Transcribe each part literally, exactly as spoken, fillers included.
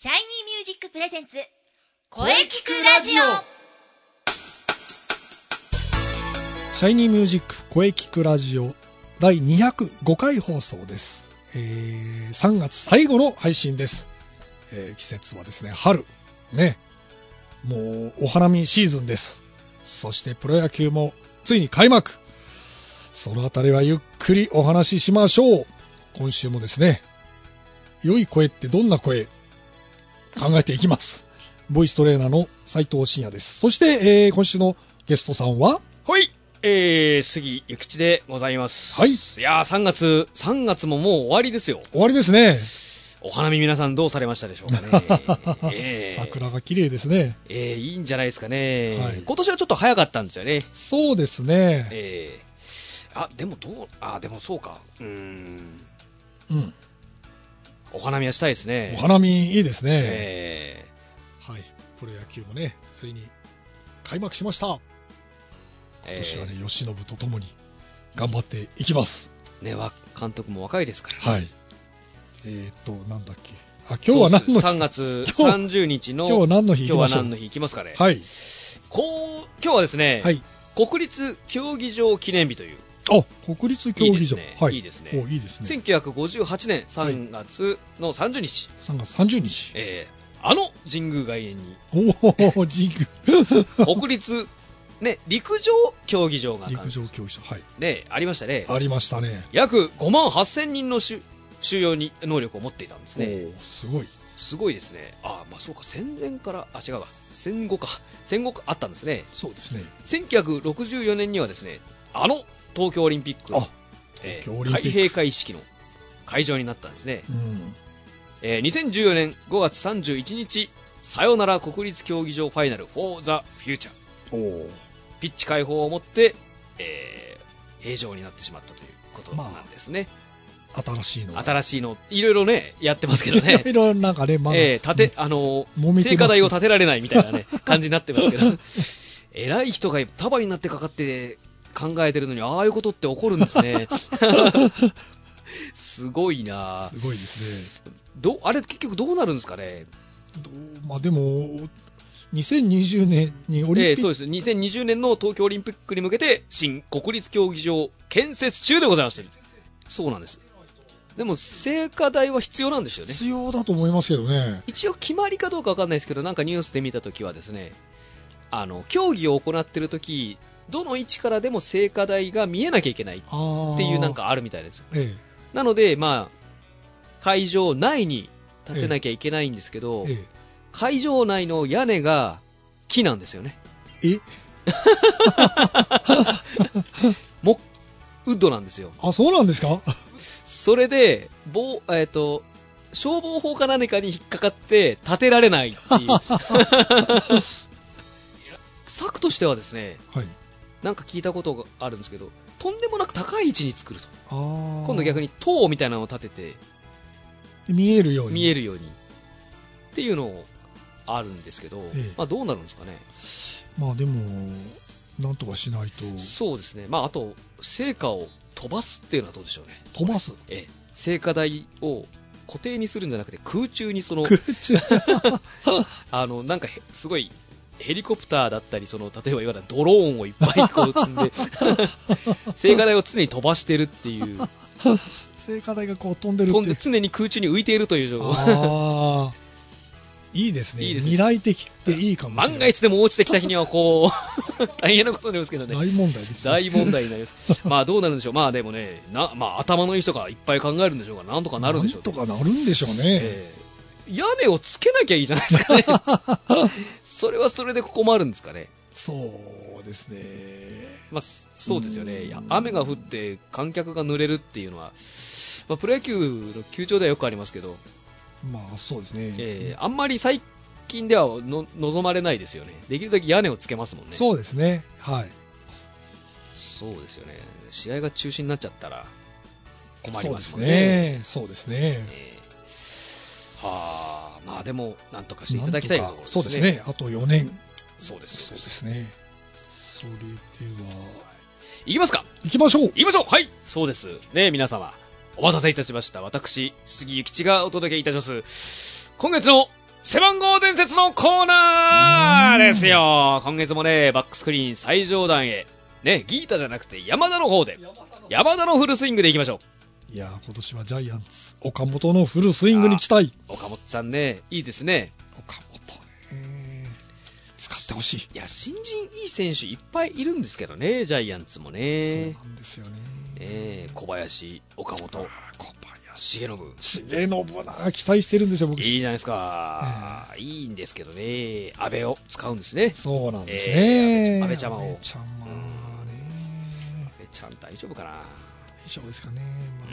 シャイニーミュージックプレゼンツ声聞くラジオ。 シャイニーミュージック声聞くラジオだいにひゃくごかい放送です。えー、さんがつ最後の配信です。えー、季節はですね、春ね、もうお花見シーズンです。そしてプロ野球もついに開幕。そのあたりはゆっくりお話ししましょう。今週もですね、良い声ってどんな声考えていきます。ボイストレーナーの斉藤真也です。そして、えー、今週のゲストさんははい、えー、杉ゆきちでございます。 はい。いやー、さんがつ、さんがつももう終わりですよ。 終わりですね。 お花見皆さんどうされましたでしょうかね。えー、 桜が綺麗ですね。 えー、いいんじゃないですかね、 はい。 今年はちょっと早かったんですよね。 そうですね。 えー、あ、でもどう、あ、でもそうか。うーん。 うん。 お花見はしたいですね。 お花見いいですね。 えー、はい。プロ野球もね、ついに開幕しました。今年はね、由伸とともに頑張っていきます。 ね、監督も若いですから、ね。 はい。えーっと、なんだっけ。あ、今日は何の日？ さんがつさんじゅうにちの、 今日は何の日？ 今日は何の日行きますかね。 はい。 こう、今日はですね、 はい、 国立競技場記念日という。 あ、国立競技場。 いいですね。 はい。 いいですね。 お、いいですね。 せんきゅうひゃくごじゅうはちねんさんがつのさんじゅうにち。 さんがつさんじゅうにち。 えー、あの神宮外苑に。 おお、神宮。 国立、ね、陸上競技場が。 陸上競技場。はい。 ね、ありましたね。 ありましたね。 約ごまんはっせんにんの収容に能力を持っていたんですね。 お、すごい。 すごいですね。あ、まあそうか、戦前から、あ、違うわ。戦後か。戦後あったんですね。 そうですね。 せんきゅうひゃくろくじゅうよねんにはですね、あの東京オリンピックの、 東京オリンピック、 開閉会式の会場になったんですね。 うん、 えー、にせんじゅうよねんごがつさんじゅういちにち、さよなら国立競技場ファイナル for the future。 お、 ピッチ開放をもって、えー、平常になってしまったということなんですね。 まあ、新しいの。 新しいの、いろいろね、やってますけどね。 いろいろなんかね、まだ、 えー、建て、あのー、聖火台を建てられないみたいなね、感じになってますけど、偉い人が束になってかかって考えてるのに、ああいうことって起こるんですね。すごいな。 すごいですね。 ど、あれ結局どうなるんですかね。 どう、まあでも、にせんにじゅうねんにオリンピック、 えー、そうです。にせんにじゅうねんの東京オリンピックに向けて、新国立競技場建設中でございます。そうなんです。でも聖火台は必要なんですよね。 必要だと思いますけどね。 一応決まりかどうかわかんないですけど、なんかニュースで見たときはですね、あの競技を行っているとき、どの位置からでも聖火台が見えなきゃいけないっていうなんかあるみたいです。 ええ、 なので、まあ、会場内に建てなきゃいけないんですけど、ええ、会場内の屋根が木なんですよね。 えモウッドなんですよ。 あ、そうなんですか。 それで、棒、えっと、消防法か何かに引っかかって建てられないっていう策としてはですね、はい、なんか聞いたことがあるんですけど、とんでもなく高い位置に作ると。あ、今度逆に塔みたいなのを建てて見えるように見えるようにっていうのをあるんですけど、ええ、まあ、どうなるんですかね。 まあでもなんとかしないと。 そうですね。まああと聖火を飛ばすっていうのはどうでしょうね。 飛ばす。 ええ、聖火台を固定にするんじゃなくて空中にその空中あのなんかすごいヘリコプターだったり、その例えばいわゆるドローンをいっぱいこう積んで聖火台を常に飛ばしてるっていう聖火台がこう飛んでるって、 飛んで常に空中に浮いているという状況。 ああ、いいですね。いいですね。未来的っていいかもしれない。 万が一でも落ちてきた日にはこう大変なことになりますけどね。 大問題です、ね、 大問題になります。まあどうなるんでしょう。まあでもね、な、まあ頭のいい人がいっぱい考えるんでしょうが、なんとかなるんでしょう、ね。 なんとかなるんでしょうね。えー、屋根をつけなきゃいいじゃないですかね。それはそれで困るんですかね。 そうですね。 まあそうですよね。雨が降って観客が濡れるっていうのは、まあ、プロ野球の球場ではよくありますけど。 まあそうですね。 えー、あんまり最近ではの望まれないですよね。できるだけ屋根をつけますもんね。 そうですね。はい。 そうですよね。試合が中止になっちゃったら困りますもんね。そうですね。 えー、はあ、まあでもなんとかしていただきたいところですね。 そうですね。あとよねん。 そうです。 そうですね。それでは行きますか。 行きましょう。 行きましょう。はい。そうですね、皆様お待たせいたしました。私杉ゆきちがお届けいたします。今月の背番号伝説のコーナーですよ。今月もね、バックスクリーン最上段へ、ね、ギータじゃなくて山田の方で、山田のフルスイングでいきましょう。 いやー、今年はジャイアンツ、岡本のフルスイングに期待。 岡本さんね、いいですね。 岡本ね、使ってほしい。 いや、新人いい選手いっぱいいるんですけどね、ジャイアンツもね。 そうなんですよね。 ね、小林、岡本、 小林、 重信。 重信な、期待してるんですよ、僕。 いいじゃないですか。えー、いいんですけどね、安倍を使うんですね。 そうなんですね。 えー、安倍ちゃまを。安倍ちゃまね。 安倍ちゃん大丈夫かな。 大丈夫ですかね。 ま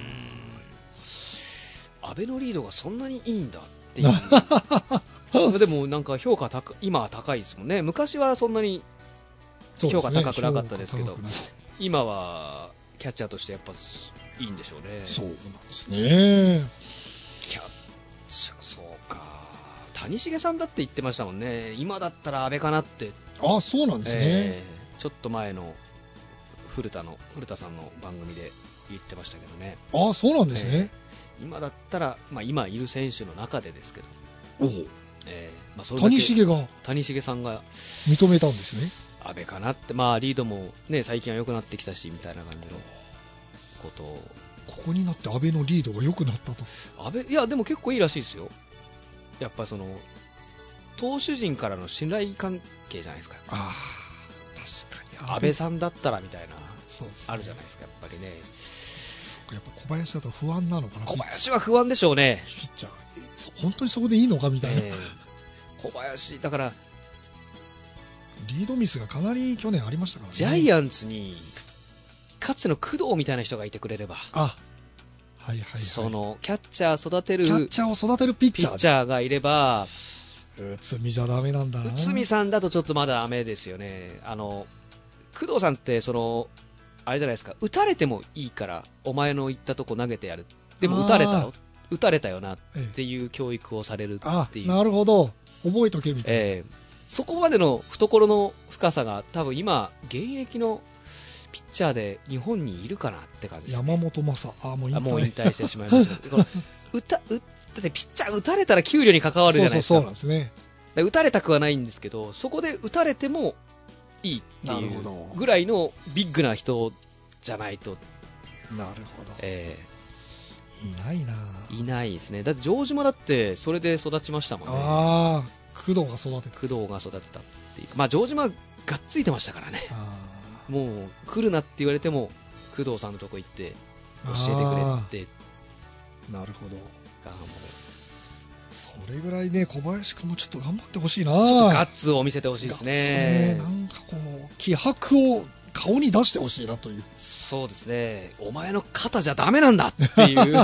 あ、安倍のリードがそんなにいいんだっていうでもなんか評価高今は高いですもんね。昔はそんなに評価高くなかったですけど、今はキャッチャーとしてやっぱいいんでしょうね。 そうなんですね。 キャッチャー、そうか、谷繁さんだって言ってましたもんね。今だったら安倍かなって。 あ、そうなんですね、 えー、ちょっと前の古田の古田さんの番組で言ってましたけどね。 あ、そうなんですね、 えー、今だったら、まあ、今いる選手の中でですけど、 おえーまあ、それだけ谷繁が谷繁さんが認めたんですね。 安倍かなって、まあ、リードも、ね、最近は良くなってきたしみたいな感じのことを。 ここになって安倍のリードが良くなったと。 安倍、いやでも結構いいらしいですよ。やっぱその投手陣からの信頼関係じゃないですか。 ああ、確かに安倍さんだったらみたいな、 そうですね、 あるじゃないですか、やっぱりね。 やっぱ小林だと不安なのかな。 小林は不安でしょうね。 ピッチャー本当にそこでいいのかみたいな、えー、小林だからリードミスがかなり去年ありましたからね。 ジャイアンツにかつての工藤みたいな人がいてくれれば、 あ、はいはいはい、 そのキャッチャー育てるキャッチャーを育てるピッチャーピッチャーがいれば。 内海じゃダメなんだな。 内海さんだとちょっとまだダメですよね。あの工藤さんってそのあれじゃないですか、打たれてもいいからお前の言ったとこ投げてやる、でも打たれたよ打たれたよなっていう教育をされるっていう。 あ、なるほど、覚えとけみたいな、 えー、そこまでの懐の深さが多分今現役のピッチャーで日本にいるかなって感じです、ね、 山本昌、あ、もう引退、 あ、もう引退してしまいましたけど打た打だってピッチャー打たれたら給料に関わるじゃないですか。 そうそうそうなんですね。 打たれたくはないんですけど、そこで打たれてもいいっていうぐらいのビッグな人じゃないと。 なるほど、 えー、いないないないですね。だって城島だってそれで育ちましたもんね。 ああ、工藤が育てた。 工藤が育てたっていう、まあ城島がっついてましたからね。あ、もう来るなって言われても工藤さんのとこ行って教えてくれって。 なるほど。 頑張る。 それぐらいね、小林君もちょっと頑張ってほしいな。 ちょっとガッツを見せてほしいですね。 なんかこう気迫を顔に出してほしいなという。 そうですね。お前の肩じゃダメなんだっていう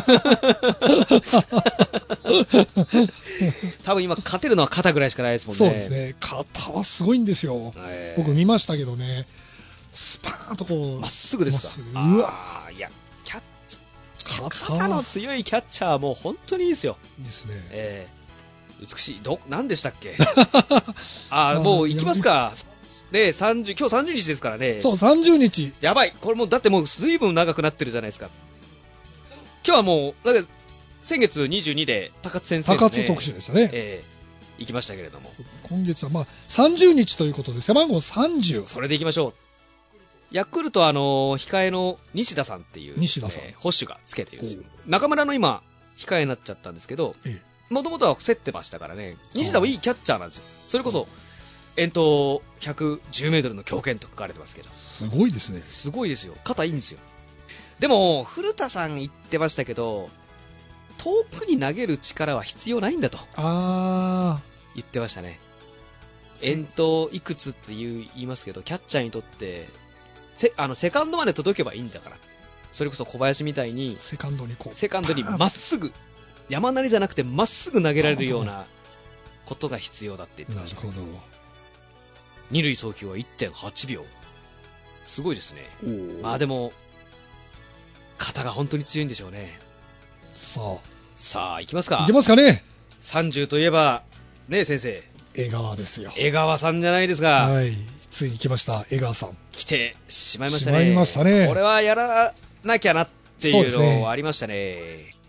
多分今勝てるのは肩ぐらいしかないですもんね。 そうですね。肩はすごいんですよ、えー、僕見ましたけどね、スパーンとこうまっすぐですか。 うわ、 いや、キャッチ肩の強いキャッチャーはもう本当にいいですよ。 いいですね、 えー、美しい。ど何でしたっけあ、もう行きますか。で、さんじゅう、今日さんじゅうにちですからね。 そう、さんじゅうにち。 やばい。これもう、だってもう随分長くなってるじゃないですか。今日はもう、だって先月にじゅうにで高津先生の、ね、 高津特集でしたね。 えー、行きましたけれども。 今月はまあさんじゅうにちということで、背番号さんじゅう。 それで行きましょう。ヤクルトはあのー、控えの西田さんっていう、 西田さん、 えー、保守がつけてるんですよ。中村の今、控えになっちゃったんですけど、もともとは競ってましたからね。西田もいいキャッチャーなんですよ。それこそ、遠投ひゃくじゅうメートルの強肩と書かれてますけど。 すごいですね。 すごいですよ。肩いいんですよ。でも、古田さん言ってましたけど、遠くに投げる力は必要ないんだと。 あー。 言ってましたね。遠投いくつって言いますけど、キャッチャーにとって、セ、あの、セカンドまで届けばいいんだから。それこそ小林みたいに、 セカンドにこう。 セカンドにまっすぐ、山なりじゃなくてまっすぐ投げられるようなことが必要だって言ってました。 なるほど。 二塁送球は いってんはちびょう。すごいですね。まあでも、肩が本当に強いんでしょうね。 さあ。 さあ、行きますか。 行きますかね。 さんじゅうといえば、ねえ先生。 江川ですよ。 江川さんじゃないですか。 はい。ついに来ました、江川さん。 来てしまいましたね。 しまいましたね。 これはやらなきゃなっていうのありましたね。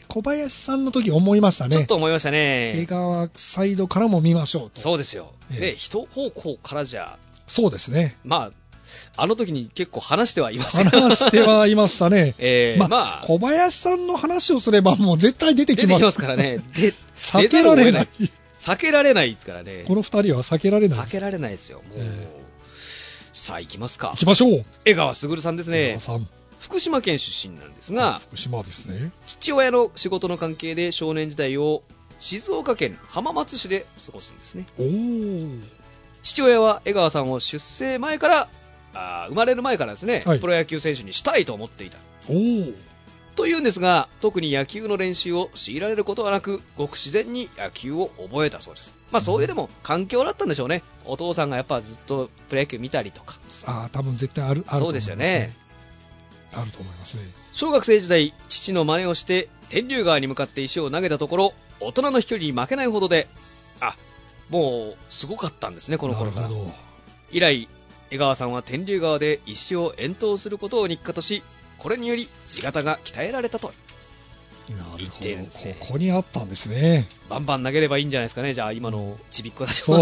小林さんの時思いましたね。 ちょっと思いましたね。 江川サイドからも見ましょうと。 そうですよ。 ええで、一方向からじゃ、 そうですね。 まあ、あの時に結構話してはいましたけど。 話してはいましたね。 えー、 まあ、 まあ、 小林さんの話をすればもう絶対出てきます。 出てきますからね。で、 避けられない。 避けられないですからね。 この二人は避けられないです。 避けられないですよ。もう、 えさあ行きますか。 行きましょう。 江川卓さんですね。 江川さん。 福島県出身なんですが、 福島ですね。 父親の仕事の関係で少年時代を静岡県浜松市で過ごすんですね。 おー。 父親は江川さんを出生前からあ生まれる前からですね、 はい、 プロ野球選手にしたいと思っていたおーというんですが、特に野球の練習を強いられることはなく、ごく自然に野球を覚えたそうです。まあそういうでも環境だったんでしょうね。お父さんがやっぱずっとプロ野球見たりとか。 ああ、多分絶対ある、あると思いますね。 そうですよね。 あると思いますね。 小学生時代、父の真似をして天竜川に向かって石を投げたところ、大人の飛距離に負けないほどで、あ、もうすごかったんですね、この頃から。 なるほど。 以来、江川さんは天竜川で石を遠投することを日課とし、これにより地形が鍛えられたと言っているんですね。 ここにあったんですね。 バンバン投げればいいんじゃないですかね。じゃあ今のちびっこたちも。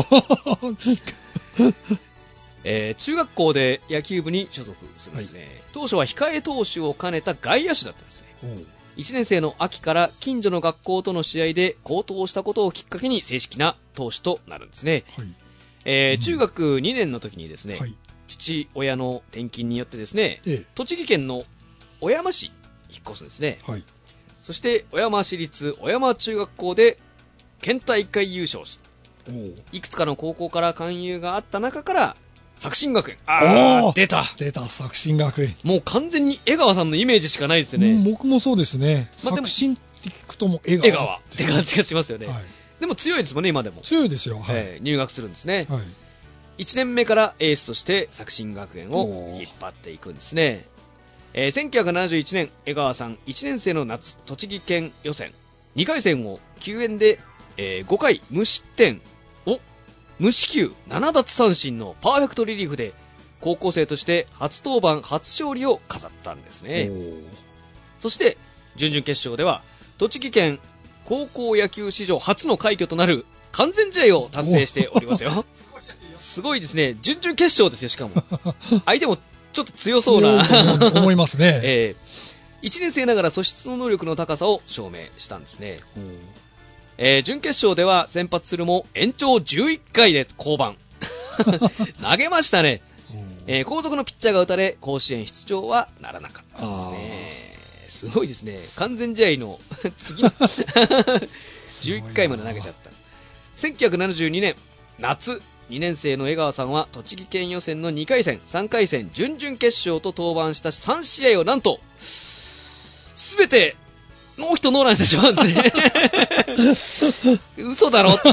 えー、中学校で野球部に所属するんですね、はい、当初は控え投手を兼ねた外野手だったんですね。いちねん生の秋から近所の学校との試合で好投したことをきっかけに正式な投手となるんですね、はい。えー、中学にねんの時にですね、はい、父親の転勤によってですね、ええ、栃木県の小山市に引っ越すんですね、はい。そして小山市立小山中学校で県大会優勝し、いくつかの高校から勧誘があった中から作新学園、ああ出た出た作新学園、 もう完全に江川さんのイメージしかないですよね、 うん、僕もそうですね、まあ、作新って聞くとも江川, 江川って感じがしますよね、はい。でも強いですもんね、今でも強いですよ、はい。 えー、入学するんですね、はい。いちねんめからエースとして作新学園を引っ張っていくんですね。えー、せんきゅうひゃくななじゅういちねん、江川さんいちねん生の夏、栃木県予選にかい戦をきゅうえんで、えー、ごかい無失点を無四球なな奪三振のパーフェクトリリーフで高校生として初登板初勝利を飾ったんですね。そして準々決勝では栃木県高校野球史上初の快挙となる完全試合を達成しておりますよ。すごいですね。準々決勝ですよ。しかも相手もちょっと強そうな思いますね、 えー、いちねん生ながら素質の能力の高さを証明したんですね。えー、準決勝では先発するも延長じゅういっかいで降板投げましたね、えー、後続のピッチャーが打たれ甲子園出場はならなかったんですね。すごいですね。完全試合の次のじゅういっかいまで投げちゃった。せんきゅうひゃくななじゅうにねん夏、にねん生の江川さんは栃木県予選のにかい戦さんかい戦準々決勝と登板したさん試合をなんと全てノーヒットノーランしてしまうんですね。嘘だろって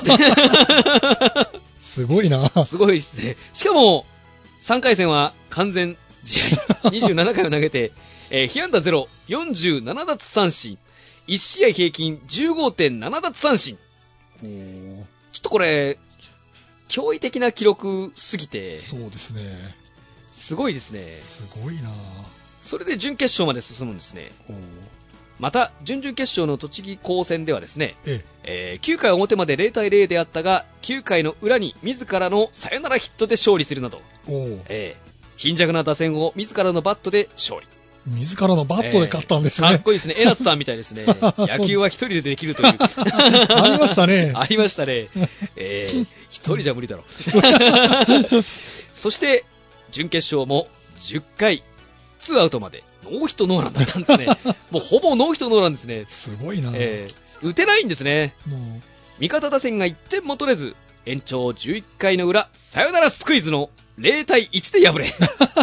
すごいな。 すごいですね。しかもさんかい戦は完全試合にじゅうななかいを投げて、えー、被安打ゼロ、よんじゅうなな奪三振、いち試合平均 じゅうごてんなな 奪三振。ちょっとこれ驚異的な記録すぎて、 そうですね、 すごいですね。 すごいな。 それで準決勝まで進むんですね。また準々決勝の栃木高戦ではですね、えええー、きゅうかい表までゼロたいゼロであったがきゅうかいの裏に自らのサヨナラヒットで勝利するなど、えー、貧弱な打線を自らのバットで勝利。 自らのバットで勝ったんですね、 えー、かっこいいですね。江夏さんみたいですね。野球は一人でできるというありましたね。 ありましたね。えー、一人じゃ無理だろそして準決勝もじゅっかいツーアウトまでノーヒットノーランだったんですね。もうほぼノーヒットノーランですね。 すごいな、 えー、打てないんですね。もう味方打線がいってんも取れず延長じゅういっかいの裏サヨナラスクイズのゼロたいいちで敗れ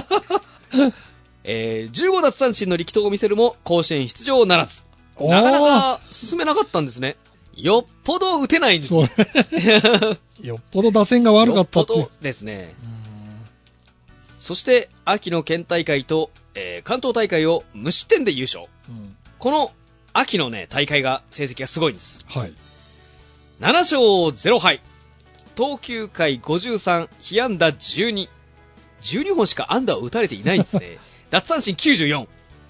えー、じゅうご奪三振の力投を見せるも甲子園出場ならず、なかなか進めなかったんですね。よっぽど打てないんです。 そうよっぽど打線が悪かったって。 よっぽどですね。そして秋の県大会と、えー、関東大会を無失点で優勝、うん、この秋のね大会が成績がすごいんです、はい、ななしょうゼロはい、投球回ごじゅうさん、被安打じゅうに、じゅうにほんしか安打を打たれていないんですね。奪三振きゅうじゅうよん、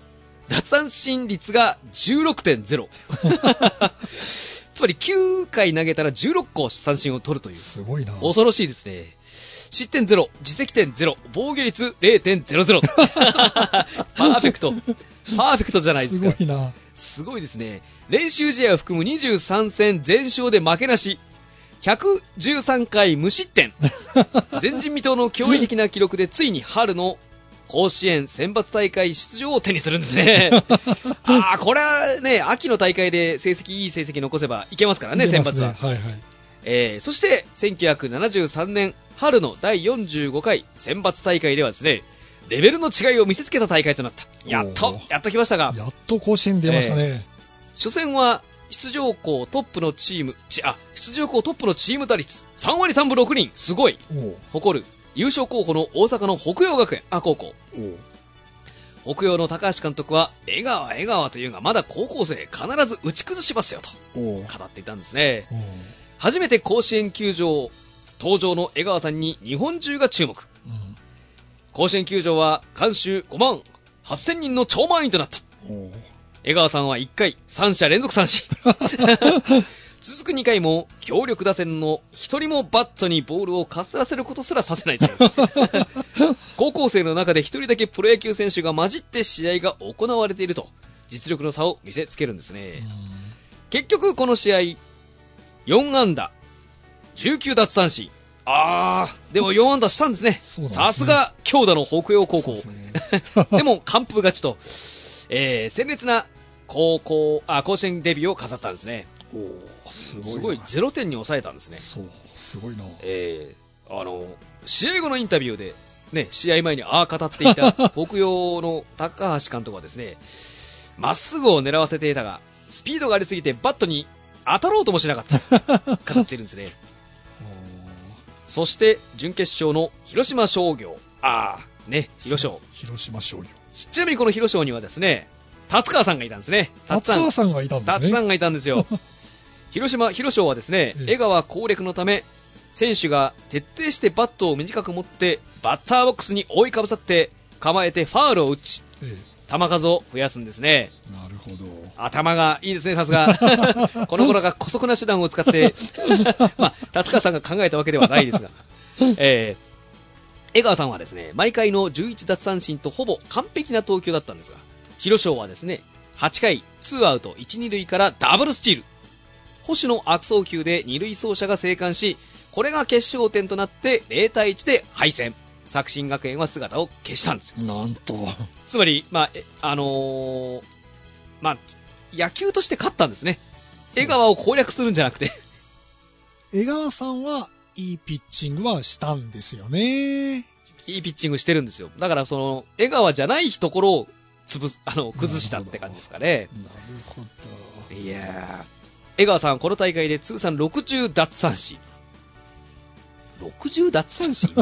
奪三振率が じゅうろくてんゼロ つまりきゅうかい投げたらじゅうろっこ三振を取るという、 すごいな。 恐ろしいですね。失点ゼロ、自責点ゼロ、防御率 れいてんゼロゼロ パーフェクトパーフェクトじゃないですか。 すごいな。 すごいですね。練習試合を含むにじゅうさんせん全勝で負けなし、ひゃくじゅうさんかい無失点前人未到の驚異的な記録でついに春の甲子園選抜大会出場を手にするんですね。ああ、これはね、秋の大会で成績いい成績残せばいけますからね、選抜は。 はいはい。 えー、そしてせんきゅうひゃくななじゅうさんねん春のだいよんじゅうごかい選抜大会ではですね、レベルの違いを見せつけた大会となった。やっとやっと来ましたが、 やっと甲子園出ましたね。 えー、初戦は出場校トップのチームあ出場校トップのチーム打率さんわりさんぶろくりん、すごい誇る優勝候補の大阪の北陽学園あ高校。北陽の高橋監督は江川江川というがまだ高校生、必ず打ち崩しますよと語っていたんですね。初めて甲子園球場登場の江川さんに日本中が注目、うん、甲子園球場は観衆ごまんはっせんにんの超満員となった。江川さんはいっかいさんしゃ連続三振続くにかいも強力打線の一人もバットにボールをかすらせることすらさせないという高校生の中で一人だけプロ野球選手が混じって試合が行われていると実力の差を見せつけるんですね。結局この試合よんあんだじゅうきゅうだつ三振、あーでもよんあんだしたんですね。さすが強打の北陽高校 で,、ね、でも完封勝ちと、えー、鮮烈な高校あ甲子園デビューを飾ったんですね。おすごい、すごいゼロてんに抑えたんですね。 そうすごいな。 えー、あの試合後のインタビューで、ね、試合前にああ語っていた北陽の高橋監督はですね、まっすぐを狙わせていたがスピードがありすぎてバットに当たろうともしなかった語っているんですね。そして準決勝の広島商業、ああね、広商広島商業、 ちなみにこの広商にはですね達川さんがいたんですね。 達川さんがいたんですね。 達さんがいたんですよ。広島広商はですね、江川攻略のため選手が徹底してバットを短く持ってバッターボックスに覆いかぶさって構えてファウルを打ち、ええ、球数を増やすんですね。 なるほど。 頭がいいですね、さすが。この頃が姑息な手段を使ってまあ達川さんが考えたわけではないですが、えー、江川さんはですね毎回のじゅういちだつ三振とほぼ完璧な投球だったんですが、広商はですねはちかいツーアウトいち、にるいからダブルスチール、星の悪送球で二塁走者が生還し、これが決勝点となってれいたいいちで敗戦。作新学園は姿を消したんですよ。 なんとつまり、まああのー、まあ野球として勝ったんですね。江川を攻略するんじゃなくて江川さんはいいピッチングはしたんですよね。 いいピッチングしてるんですよ。だからその江川じゃないところを潰すあの崩したって感じですかね。 なるほど。 いやー、江川さんこの大会で通算ろくじゅうだつ三振。ろくじゅうだつ三振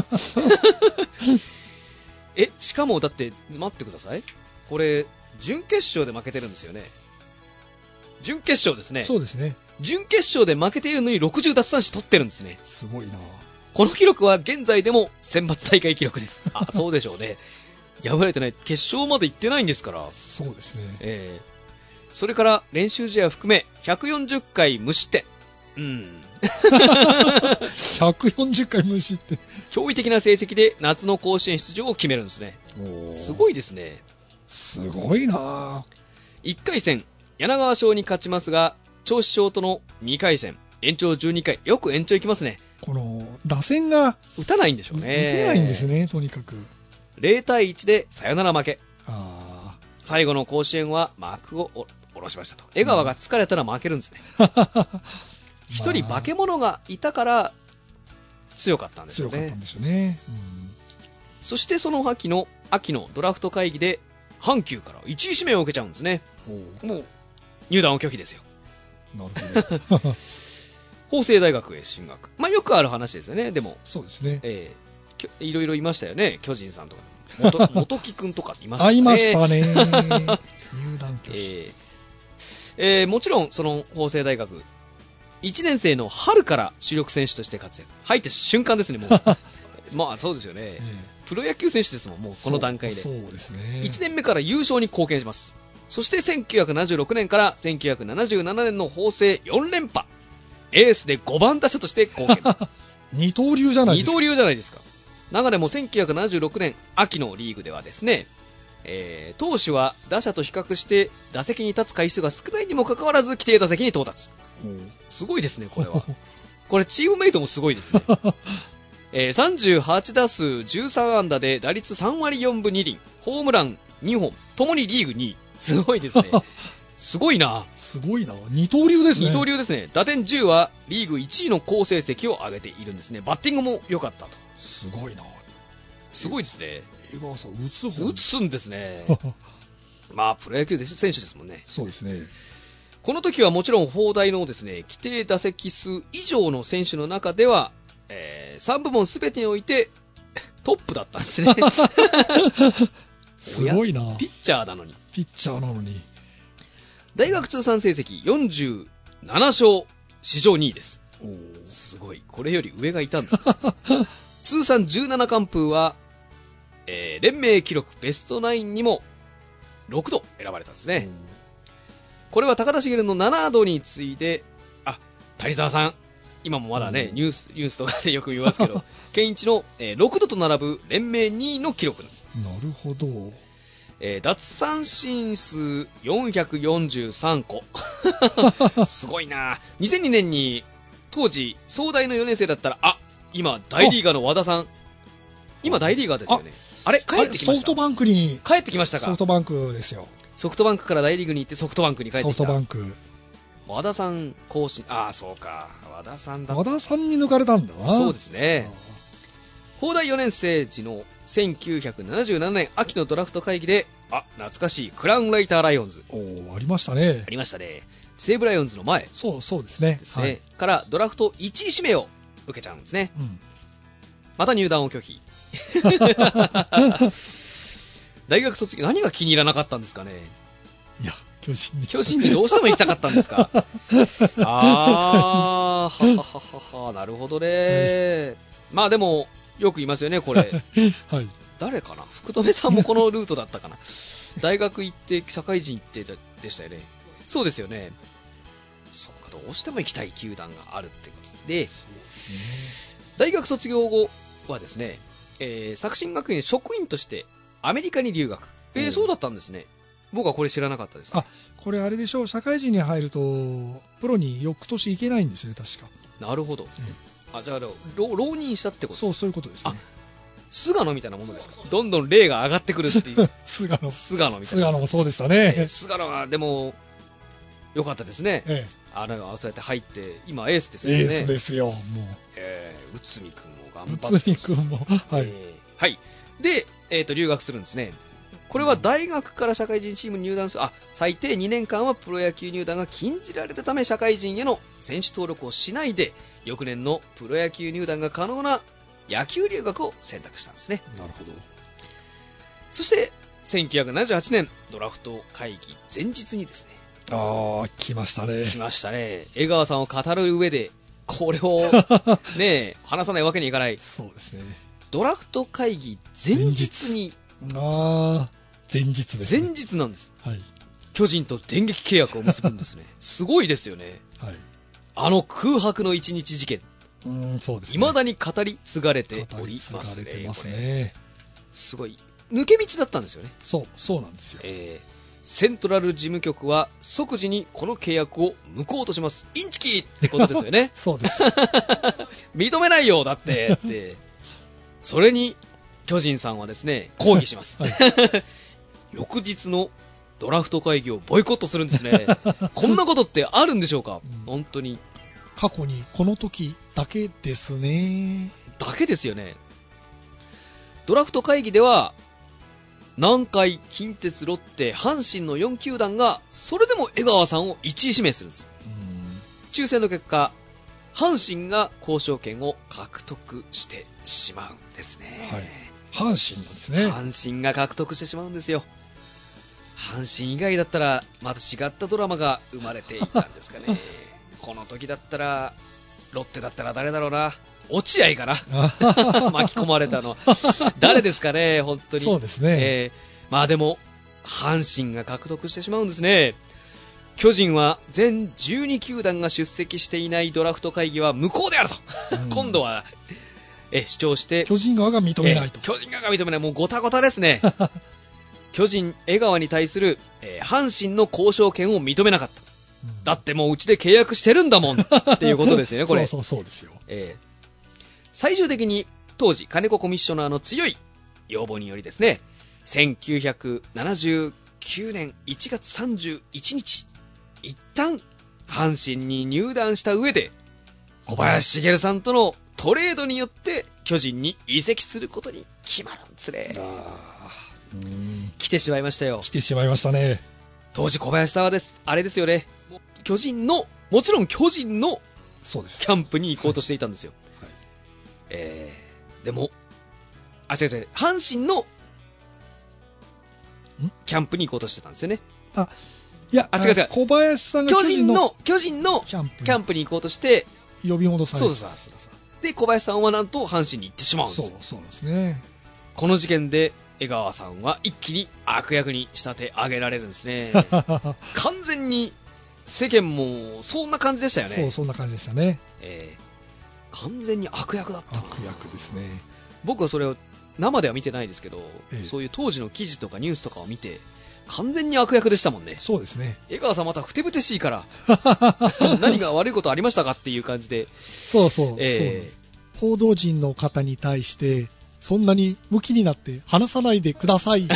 え、しかもだって待ってください、これ準決勝で負けてるんですよね。準決勝ですね。 そうですね。 準決勝で負けているのにろくじゅうだつ三振取ってるんですね。 すごいな。 この記録は現在でも選抜大会記録です。あ、そうでしょうね。敗れてない、決勝まで行ってないんですから。 そうですね。 えー、それから練習試合を含めひゃくよんじゅっかい無失点。うん。 ひゃくよんじゅっかい無失点。 驚異的な成績で夏の甲子園出場を決めるんですね。すごいですね。 すごいな。 いっかい戦柳川賞に勝ちますが、銚子賞とのにかい戦延長じゅうにかい、よく延長いきますね。 この打線が打たないんでしょうね。 打てないんですね、とにかく。 れいたいいちでサヨナラ負け。 あ、 最後の甲子園は幕を下ろしましたと。江川が疲れたら負けるんですね。一人化け物がいたから強かったんですよね。 強かったんですよね。うん、 そしてその秋の秋のドラフト会議で阪急からいちい指名を受けちゃうんですね。もう入団を拒否ですよ。 なるほど。 法政大学へ進学。まあよくある話ですよね。でもそうですね。 えー、いろいろいましたよね。巨人さんとか元元木くんとかいましたね。 あ、いましたね。入団拒否。 えーえー、もちろんその法政大学いちねん生の春から主力選手として活躍。入って瞬間ですね、もう。まあそうですよね、えー、プロ野球選手ですもん、もうこの段階で。 そう、そうですね。 いちねんめから優勝に貢献します。 そしてせんきゅうひゃくななじゅうろくねんからせんきゅうひゃくななじゅうななねんの法政よん連覇、エースでごばん打者として貢献。 二刀流じゃないですか。 二刀流じゃないですか。中でもせんきゅうひゃくななじゅうろくねん秋のリーグではですね、えー、投手は打者と比較して打席に立つ回数が少ないにもかかわらず規定打席に到達。すごいですね、これは。これチームメイトもすごいですね。えー、さんじゅうはちだすうじゅうさんあんだで打率さんわりよんぶにりん、ホームランにほん、ともにリーグにい。すごいですね。すごいな。 すごいな。二刀流ですね。 二刀流ですね。打点じゅうはリーグいちいの好成績を上げているんですね。バッティングも良かったと。 すごいな。 すごいですね。 江川さん、打つ方打つんですね。まあ、プロ野球選手ですもんね。 そうですね。 この時はもちろん砲台のですね、規定打席数以上の選手の中では、えー、さんぶもんすべてにおいてトップだったんですね。 すごいな。 ピッチャーなのに。 ピッチャーなのに。 大学通算成績よんじゅうななしょう、史上にいです。おすごい。これより上がいたんだ。通算じゅうななかんぷうは、えー、連盟記録ベストナインにもろくど選ばれたんですね。これは高田茂のななどに次いで、あ、谷沢さん、今もまだね、ニュース、ニュースとかでよく見ますけど、健一の、えー、ろくどと並ぶ連盟にいの記録。 なるほど。 えー、奪三振数よんひゃくよんじゅうさんこ。すごいな。にせんにねんに当時総大のよねん生だったら、あ、今大リーガーの和田さん、今大リーガーですよね。あれ帰ってきました。 ソフトバンクに帰ってきましたか。 ソフトバンクですよ。 ソフトバンクから大リーグに行ってソフトバンクに帰ってきた。 ソフトバンク。 和田さん更新、ああそうか、和田さんだ。 和田さんに抜かれたんだな。 そうですね。砲台よねん生時のせんきゅうひゃくななじゅうななねん秋のドラフト会議で、あ、懐かしいクラウンライターライオンズ。 おー、ありましたね。 ありましたね。西武ライオンズの前。 そうそうですね。 ですね。 はい、 からドラフトいちい指名を受けちゃうんですね。うん、また入団を拒否。大学卒業、何が気に入らなかったんですかね。 いや、巨人に。 巨人にどうしても行きたかったんですか。あー、ははははは、なるほどね。はい、まあでも、よく言いますよね、これ。はい。誰かな、福留さんもこのルートだったかな。大学行って、社会人行ってでしたよね。そうですよね。そうか、どうしても行きたい球団があるってことですね。そうですね。大学卒業後はですね、えー、作新学院職員としてアメリカに留学。えー、そうだったんですね。僕はこれ知らなかったです、ね。 あ、これあれでしょう、社会人に入るとプロに翌年行けないんですよね、確か。 なるほど。うん、あ、じゃあ浪、浪人したってこと。 そう、そういうことですね。あ、 菅野みたいなものですか。どんどん例が上がってくるっていう。 菅野。 菅野みたいな。 菅野もそうでしたね。 えー、菅野はでも良かったですね。ええ、あのそうやって入って今エースですよね。 エースですよ。もう。 えー、内海君も頑張って。 内海君も。はい。 えー、はい。で、えっ、ー、と留学するんですね。これは大学から社会人チームに入団する、あ、最低にねんかんはプロ野球入団が禁じられるため社会人への選手登録をしないで、翌年のプロ野球入団が可能な野球留学を選択したんですね。 なるほど。 そしてせんきゅうひゃくななじゅうはちねんドラフト会議前日にですね。 ああ、来ましたね。 来ましたね。江川さんを語る上でこれをね話さないわけにいかない。 そうですね。 ドラフト会議前日に。 ああ、前日です、 ね。前日なんです。 はい。 巨人と電撃契約を結ぶんですね。すごいですよね。 はい。 あの空白の一日事件。 うん、そうですね。 未だに語り継がれておりますね。 語り継がれてますね。 すごい。抜け道だったんですよね。 そう、そうなんですよ。 えー、セントラル事務局は即時にこの契約を無効とします。インチキってことですよね。 そうです。 認めないよ、だってって。それに巨人さんはですね、抗議します。はい、翌日のドラフト会議をボイコットするんですね。こんなことってあるんでしょうか、うん、本当に。 過去にこの時だけですね。 だけですよね。ドラフト会議では南海、近鉄、ロッテ、阪神のよんきゅうだんがそれでも江川さんをいちい指名するんです。うん、抽選の結果、阪神が交渉権を獲得してしまうんですね。 はい、阪神なんですね。 阪神が獲得してしまうんですよ。阪神以外だったらまた違ったドラマが生まれていたんですかね。この時だったらロッテだったら誰だろうな、落合かな。巻き込まれたのは誰ですかね、本当に。 そうですね。 えー、まあでも阪神が獲得してしまうんですね。巨人は全じゅうに球団が出席していないドラフト会議は無効であると、うん、今度はえ主張して巨人側が認めないと。 巨人側が認めない。もうごたごたですね。巨人江川に対する、えー、阪神の交渉権を認めなかった、うん、だってもううちで契約してるんだもんっていうことですよねこれ。 そうそうそうですよ、 えー、最終的に当時金子コミッショナーの強い要望によりですね、せんきゅうひゃくななじゅうきゅうねんいちがつさんじゅういちにち一旦阪神に入団した上で小林茂さんとのトレードによって巨人に移籍することに決まるんですね。 あー、うん、 来てしまいましたよ。 来てしまいましたね。 当時小林さんはですあれですよね、もう巨人のもちろん巨人のそうですキャンプに行こうとしていたんですよ、はいはい、えー、でもあ違う違う阪神のキャンプに行こうとしてたんですよね。 あいやあ違う違う小林さんが巨人の巨人のキャンプキャンプに行こうとして呼び戻された。 そうそうそうそうで小林さんはなんと阪神に行ってしまうんですよ。 そうそうですね。 この事件で江川さんは一気に悪役に仕立て上げられるんですね。完全に世間もそんな感じでしたよね。 そうそんな感じでしたね、 えー、完全に悪役だったな。 悪役ですね。 僕はそれを生では見てないですけど、 ええ、そういう当時の記事とかニュースとかを見て完全に悪役でしたもんね。 そうですね。 江川さんまたふてぶてしいから何が悪いことありましたかっていう感じで。 そうそう、えー、そう報道陣の方に対してそんなに向きになって話さないでください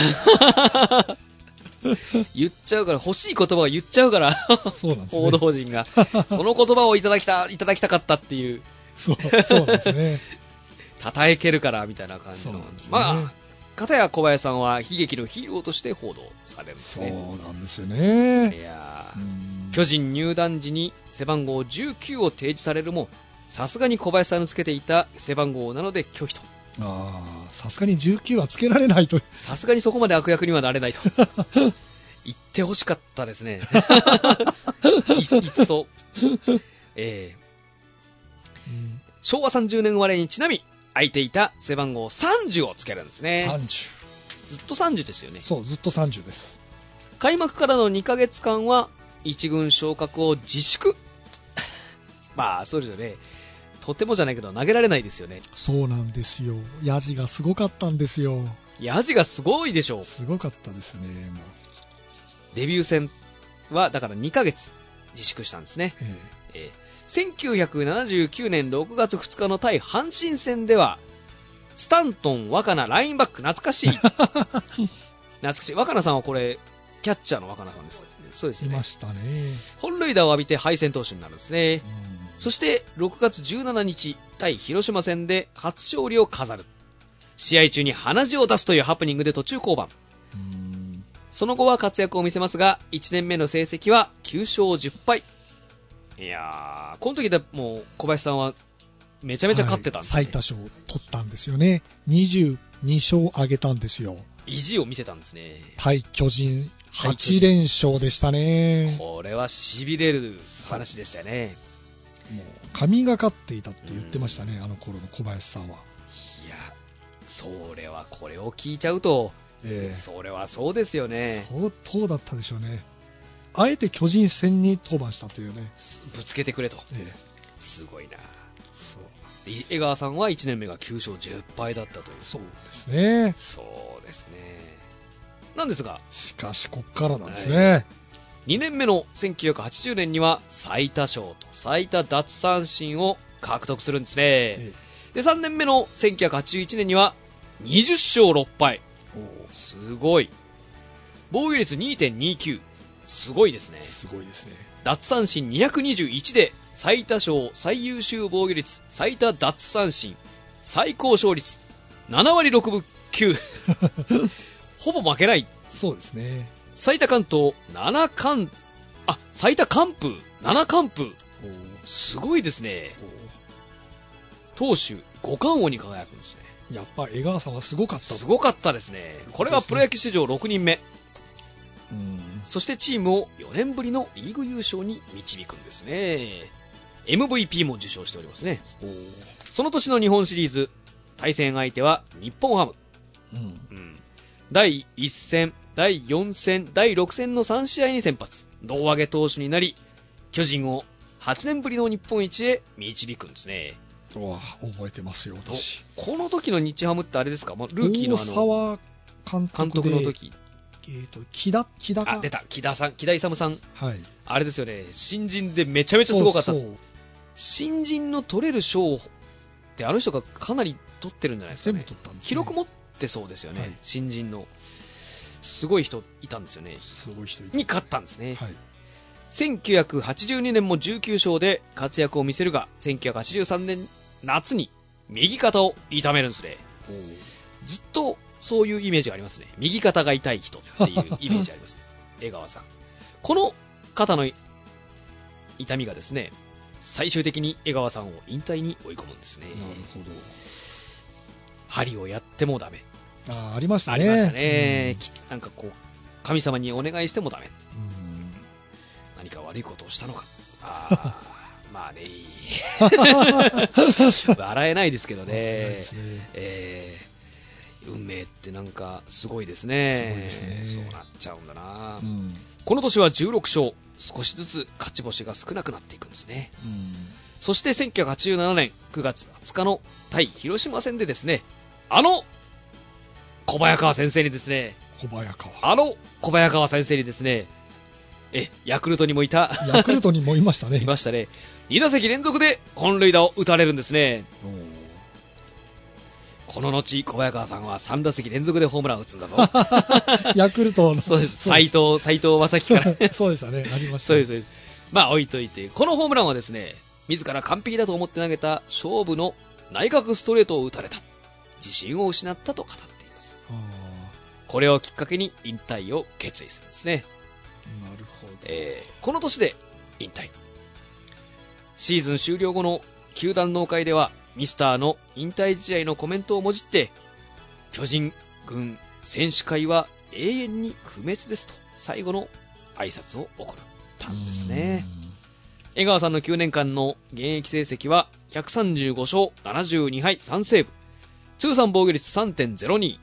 言っちゃうから、欲しい言葉を言っちゃうからそうなんですね、 報道陣がその言葉をいただきたいただきたかったっていうそうそうですね叩えけるからみたいな感じの、ね、まあ片や小林さんは悲劇のヒーローとして報道されるんですね。 そうなんですよね。 いや巨人入団時に背番号じゅうきゅうを提示されるも、さすがに小林さんのつけていた背番号なので拒否と。 ああ、さすがにじゅうきゅうはつけられないと。 さすがにそこまで悪役にはなれないと言ってほしかったですねい, いっそ、えーうん、昭和さんじゅうねん生まれにちなみ空いていた背番号さんじゅうをつけるんですね。 さんじゅうずっとさんじゅうですよね。 そう、ずっとさんじゅうです。 開幕からのにかげつかんは一軍昇格を自粛まあそうですよね。とてもじゃないけど投げられないですよね。 そうなんですよ。ヤジがすごかったんですよ。 ヤジがすごいでしょう。 すごかったですね。もうデビュー戦はだからにかげつ自粛したんですね、ええええ、せんきゅうひゃくななじゅうきゅうねんろくがつふつかの対阪神戦ではスタントン、若菜、ラインバック、懐かしい懐かしい。若菜さんはこれキャッチャーの若菜さんですか。そうですよね。 いましたね。 本塁打を浴びて敗戦投手になるんですね。そしてろくがつじゅうしちにち対広島戦で初勝利を飾る。試合中に鼻血を出すというハプニングで途中降板。うーん、その後は活躍を見せますがいちねんめの成績はきゅうしょうじゅっぱい。いやー、この時でもう小林さんはめちゃめちゃ勝ってたんですね、 はい、最多勝を取ったんですよね。にじゅうにしょう挙げたんですよ。 意地を見せたんですね。 対巨人はちれんしょうでしたね。 これは痺れる話でしたよね。 もう神がかっていたって言ってましたね、あの頃の小林さんは。 いや、それはこれを聞いちゃうと、えー、それはそうですよね。 相当だったでしょうね。あえて巨人戦に登板したというね。 ぶつけてくれと、えー、すごいな。そうで江川さんはいちねんめがきゅうしょうじゅっぱいだったという。 そうですね。 そうですね。なんですがしかしこっからなんですね、はい、 にねんめのせんきゅうひゃくはちじゅうねんには最多勝と最多奪三振を獲得するんですね、ええ、でさんねんめのせんきゅうひゃくはちじゅういちねんにはにじゅっしょうろっぱい。すごい。防御率 にてんにきゅう、 すごいですね。 すごいですね。 奪三振にひゃくにじゅういちで最多勝、最優秀防御率、最多奪三振、最高勝率ななわりろくぶきゅうほぼ負けない。 そうですね。 最多完投ななかん、あ、最多完封ななかんぷう。すごいですね。投手ごかんおうに輝くんですね。 やっぱ江川さんはすごかった。 すごかったですね。これがプロ野球史上ろくにんめ。うん、そしてチームをよねんぶりのリーグ優勝に導くんですね。 エムブイピー も受賞しておりますね。その年の日本シリーズ対戦相手は日本ハム、うんうん、だいいっせんだいよん戦、だいろく戦のさん試合に先発、胴上げ投手になり、巨人をはちねんぶりの日本一へ導くんですね。 うわ覚えてますよ私。 この時の日ハムってあれですか、ルーキーのあの大沢監督で監督の時、 えーと木田木田があ出た木田さん、木田勇さん、 はい、 あれですよね、新人でめちゃめちゃすごかった。 そうそう新人の取れる賞ってあの人がかなり取ってるんじゃないですかね。 全部取ったんですね。 記録持ってそうですよね、 はい、 新人のすごい人いたんですよね。 すごい人いたに勝ったんですね、 はい、 せんきゅうひゃくはちじゅうにねんもじゅうきゅう勝で活躍を見せるが、せんきゅうひゃくはちじゅうさんねん夏に右肩を痛めるんですね。ずっとそういうイメージがありますね。右肩が痛い人っていうイメージあります、ね、江川さん。この肩の痛みがですね、最終的に江川さんを引退に追い込むんですね。 なるほど。 針をやってもダメ。 あ, ありましたね。 ありましたね、うん、なんかこう神様にお願いしてもダメ、うん、何か悪いことをしたのか。あまあね笑えないですけどね、 ですね、 えー、運命ってなんかすごいですね。 すごいですね。 そうなっちゃうんだな、 うん、 この年はじゅうろく勝、少しずつ勝ち星が少なくなっていくんですね、うん、そしてせんきゅうひゃくはちじゅうななねんくがつはつかの対広島戦でですね、あの小早川先生にですね、 小早川あの小早川先生にですね、えヤクルトにもいたヤクルトにもいましたねいましたね。に打席連続で本塁打を打たれるんですね。この後小早川さんはさん打席連続でホームランを打つんだぞヤクルトのそうです斎藤斎藤正樹からそうでしたね、ありました、 そうですそうです。まあ置いといて、このホームランはですね、自ら完璧だと思って投げた勝負の内角ストレートを打たれた、自信を失ったと語っています。これをきっかけに引退を決意するんですね。 なるほど、 えー、この年で引退。シーズン終了後の球団納会ではミスターの引退試合のコメントをもじって、巨人軍選手会は永遠に不滅ですと最後の挨拶を行ったんですね。江川さんのきゅうねんかんの現役成績はひゃくさんじゅうご勝ななじゅうに敗さんセーブ、通算防御率 さんてんゼロに。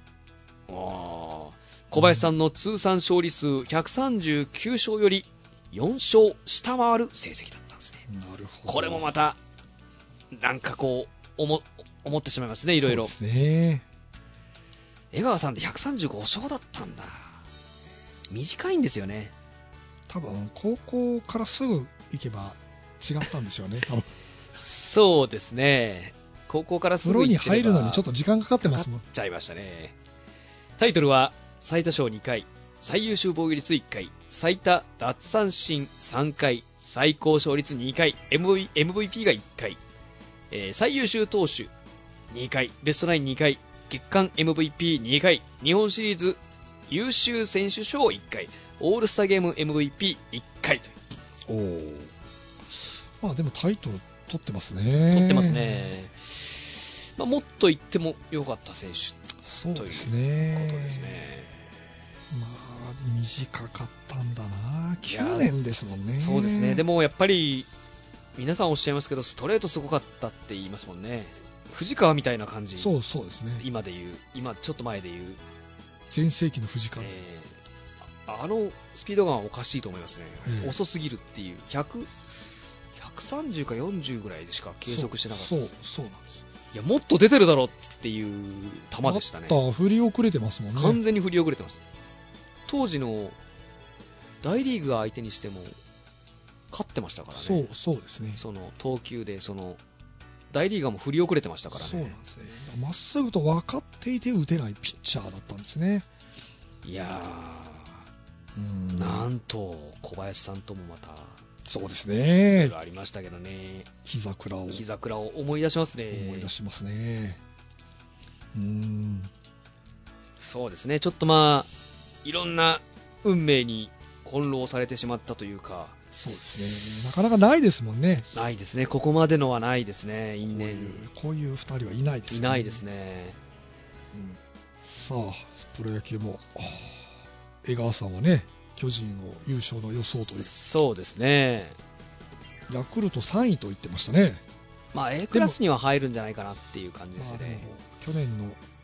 小林さんの通算勝利数ひゃくさんじゅうきゅう勝よりよん勝下回る成績だったんですね。 なるほど。 これもまたなんかこう 思, 思ってしまいますね、いろいろ。 そうですね。 江川さんってひゃくさんじゅうご勝だったんだ。短いんですよね。 多分高校からすぐ行けば違ったんでしょうね多分そうですね、高校からすぐ行ってればプロに入るのにちょっと時間かかってますもん。 かかっちゃいましたね。タイトルは最多勝にかい、最優秀防御率いっかい、最多奪三振さんかい、最高勝率にかい、 エムブイピー がいっかい、えー、最優秀投手にかい、ベストナインにかい、月間 エムブイピーにかい、日本シリーズ優秀選手賞いっかい、オールスターゲーム エムブイピーいっかいという。 おまあでもタイトル取ってますね。 取ってますね。まあ、もっと言っても良かった選手そうですとね。 いうことですね。 まあ短かったんだな。きゅうねんですもんね。 そうですね。でもやっぱり皆さんおっしゃいますけど、ストレートすごかったって言いますもんね。藤川みたいな感じ。 そうそうですね。今で言う、今ちょっと前で言う全盛期の藤川、 えー、あのスピードガンはおかしいと思いますね、えー、遅すぎるっていう。ひゃく、ひゃくさんじゅうかよんじゅうぐらいでしか計測してなかったです。 そう、そうなんです。 いやもっと出てるだろうっていう球でしたね。 あった振り遅れてますもんね。 完全に振り遅れてます。当時の大リーグが相手にしても勝ってましたからね。 そうそうですね。 その投球でその大リーガーも振り遅れてましたからね。 そうなんですね。まっすぐと分かっていて打てないピッチャーだったんですね。 いやー、うんなんと小林さんともまたそうですね。 ありましたけどね。 膝倉を膝倉を思い出しますね。 思い出しますね。うーん。 そうですね。ちょっとまあいろんな運命に翻弄されてしまったというか。 そうですね。なかなかないですもんね。 ないですね。ここまでのはないですね。因縁。 こういう二人はいないですね。 いないですね。 うん、さあプロ野球も江川さんはね。巨人を優勝の予想という。 そうですね。 ヤクルトさんいと言ってましたね。 まあ A クラスには入るんじゃないかなっていう感じですよね。 まあ、去年の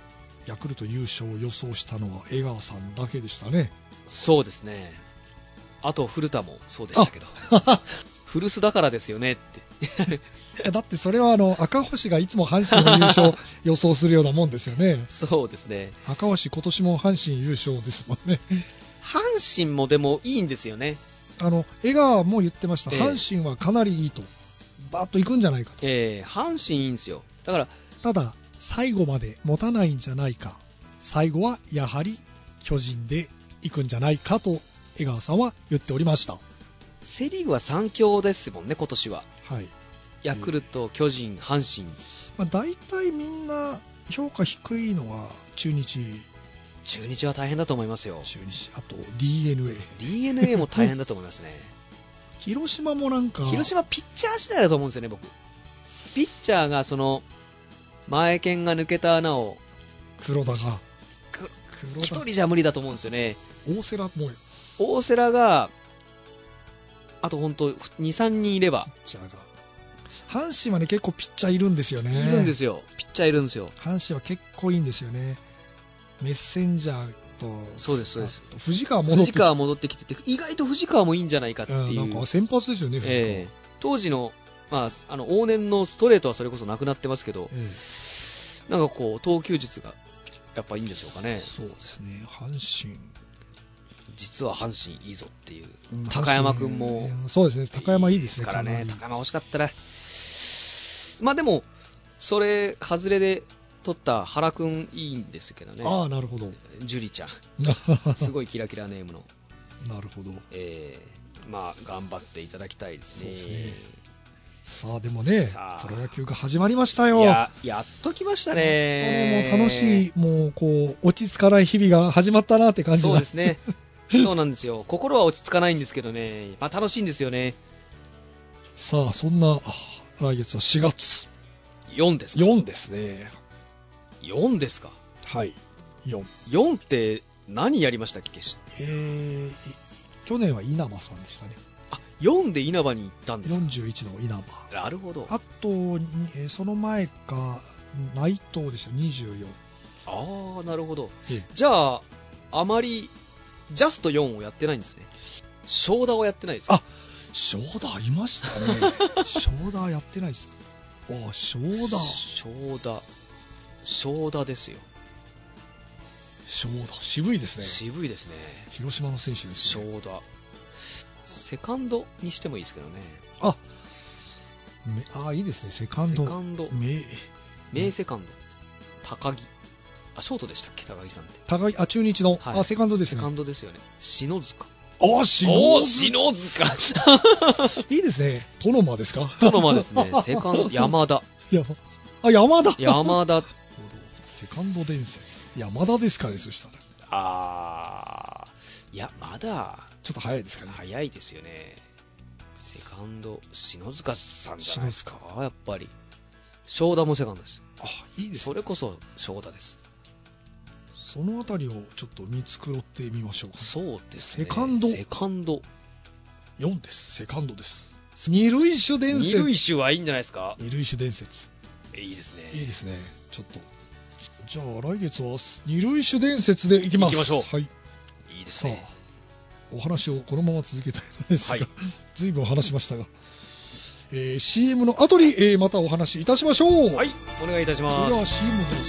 ヤクルト優勝を予想したのは江川さんだけでしたね。 そうですね。あと古田もそうでしたけど古巣だからですよねってだってそれはあの赤星がいつも阪神の優勝予想するようなもんですよね。 そうですね。 赤星今年も阪神優勝ですもんね。 阪神もでもいいんですよね。 あの江川も言ってました、 ええ、 阪神はかなりいいと、バーッといくんじゃないかと。 ええ、阪神いいんですよ。だからただ最後まで持たないんじゃないか、最後はやはり巨人でいくんじゃないかと江川さんは言っておりました。 セリーグはさん強ですもんね今年は。 はい、 ヤクルト、巨人、阪神、 まあ、大体みんな評価低いのは中日。 中日は大変だと思いますよ。 中日、あと ディーエヌエーディーエヌエー も大変だと思いますね広島もなんか広島ピッチャー次第だと思うんですよね僕。ピッチャーがその前剣が抜けた穴を黒田が一人じゃ無理だと思うんですよね。 大瀬良も大瀬良があと本当 にさんにんいれば。 ピッチャーが阪神はね結構ピッチャーいるんですよね。 いるんですよ、ピッチャーいるんですよ。 阪神は結構いいんですよね。メッセンジャーとそうですそうです。 藤川戻ってきて藤川戻ってきてて意外と藤川もいいんじゃないかっていう、 うん、なんか先発ですよね藤川、 えー、当時の、まあ、あの往年のストレートはそれこそなくなってますけど、えー、なんかこう投球術がやっぱいいんでしょうかね。 そうですね。阪神実は阪神いいぞっていう、うん、高山君もそうですね。高山いいですね。 ですからね。高山惜しかったらまあでもそれ外れで取った原君いいんですけどね。 ああなるほど。 ジュリちゃんすごいキラキラネームのなるほど、 えー、まあ頑張っていただきたいですね。そうですね。 さあでもねプロ野球が始まりましたよ。 いややっと来ましたね。 もう楽しい、もうこう落ち着かない日々が始まったなって感じだ。 そうですねそうなんですよ。心は落ち着かないんですけどね、まあ、楽しいんですよね。 さあそんな来月はしがつよんですか。 よんですね。 よんですか。 はい、よん。 よんって何やりましたっけ。 えー、去年は稲葉さんでしたね。 あ、よんで稲葉に行ったんですか。 よんじゅういちの稲葉。 なるほど。 あと、えー、その前か内藤でした。にじゅうよん。 ああなるほど。じゃああまりジャストよんをやってないんですね。正田をやってないですか。 あ、正田いましたね正田やってないです。あ、正田正田正田ですよ。 正田渋いですね。 渋いですね。 広島の選手ですね。 正田セカンドにしてもいいですけどね。 ああいいですね。セカンドセカンド名名セカンド高木。あショートでしたっけ高木さんって。 高木あ中日の、はい、あセカンドですね。 セカンドですよね。篠塚。 あ篠塚いいですね。トノマですか。 トノマですね。セカンド山田。 いやあ山田山田セカンド伝説山田ですかね。そしたらあーいやまだちょっと早いですかね。 早いですよね。セカンド篠塚さんじゃないですか。やっぱり正田もセカンドです。 あいいですね。 それこそ正田です。 そのあたりをちょっと見繕ってみましょうか。 そうですね。 セカンドセカンドよんです。セカンドです。二塁手伝説。 二塁手はいいんじゃないですか。 二塁手伝説いいですね。 いいですね。ちょっとじゃあ来月は二塁手伝説でいきます。 いきましょう。 はい。 いいですね。 さあお話をこのまま続けたいのですが、はい、ずいぶん話しましたが、えー、シーエム の後に、えー、またお話しいたしましょう。 はいお願いいたします。 それでは シーエム どうぞ。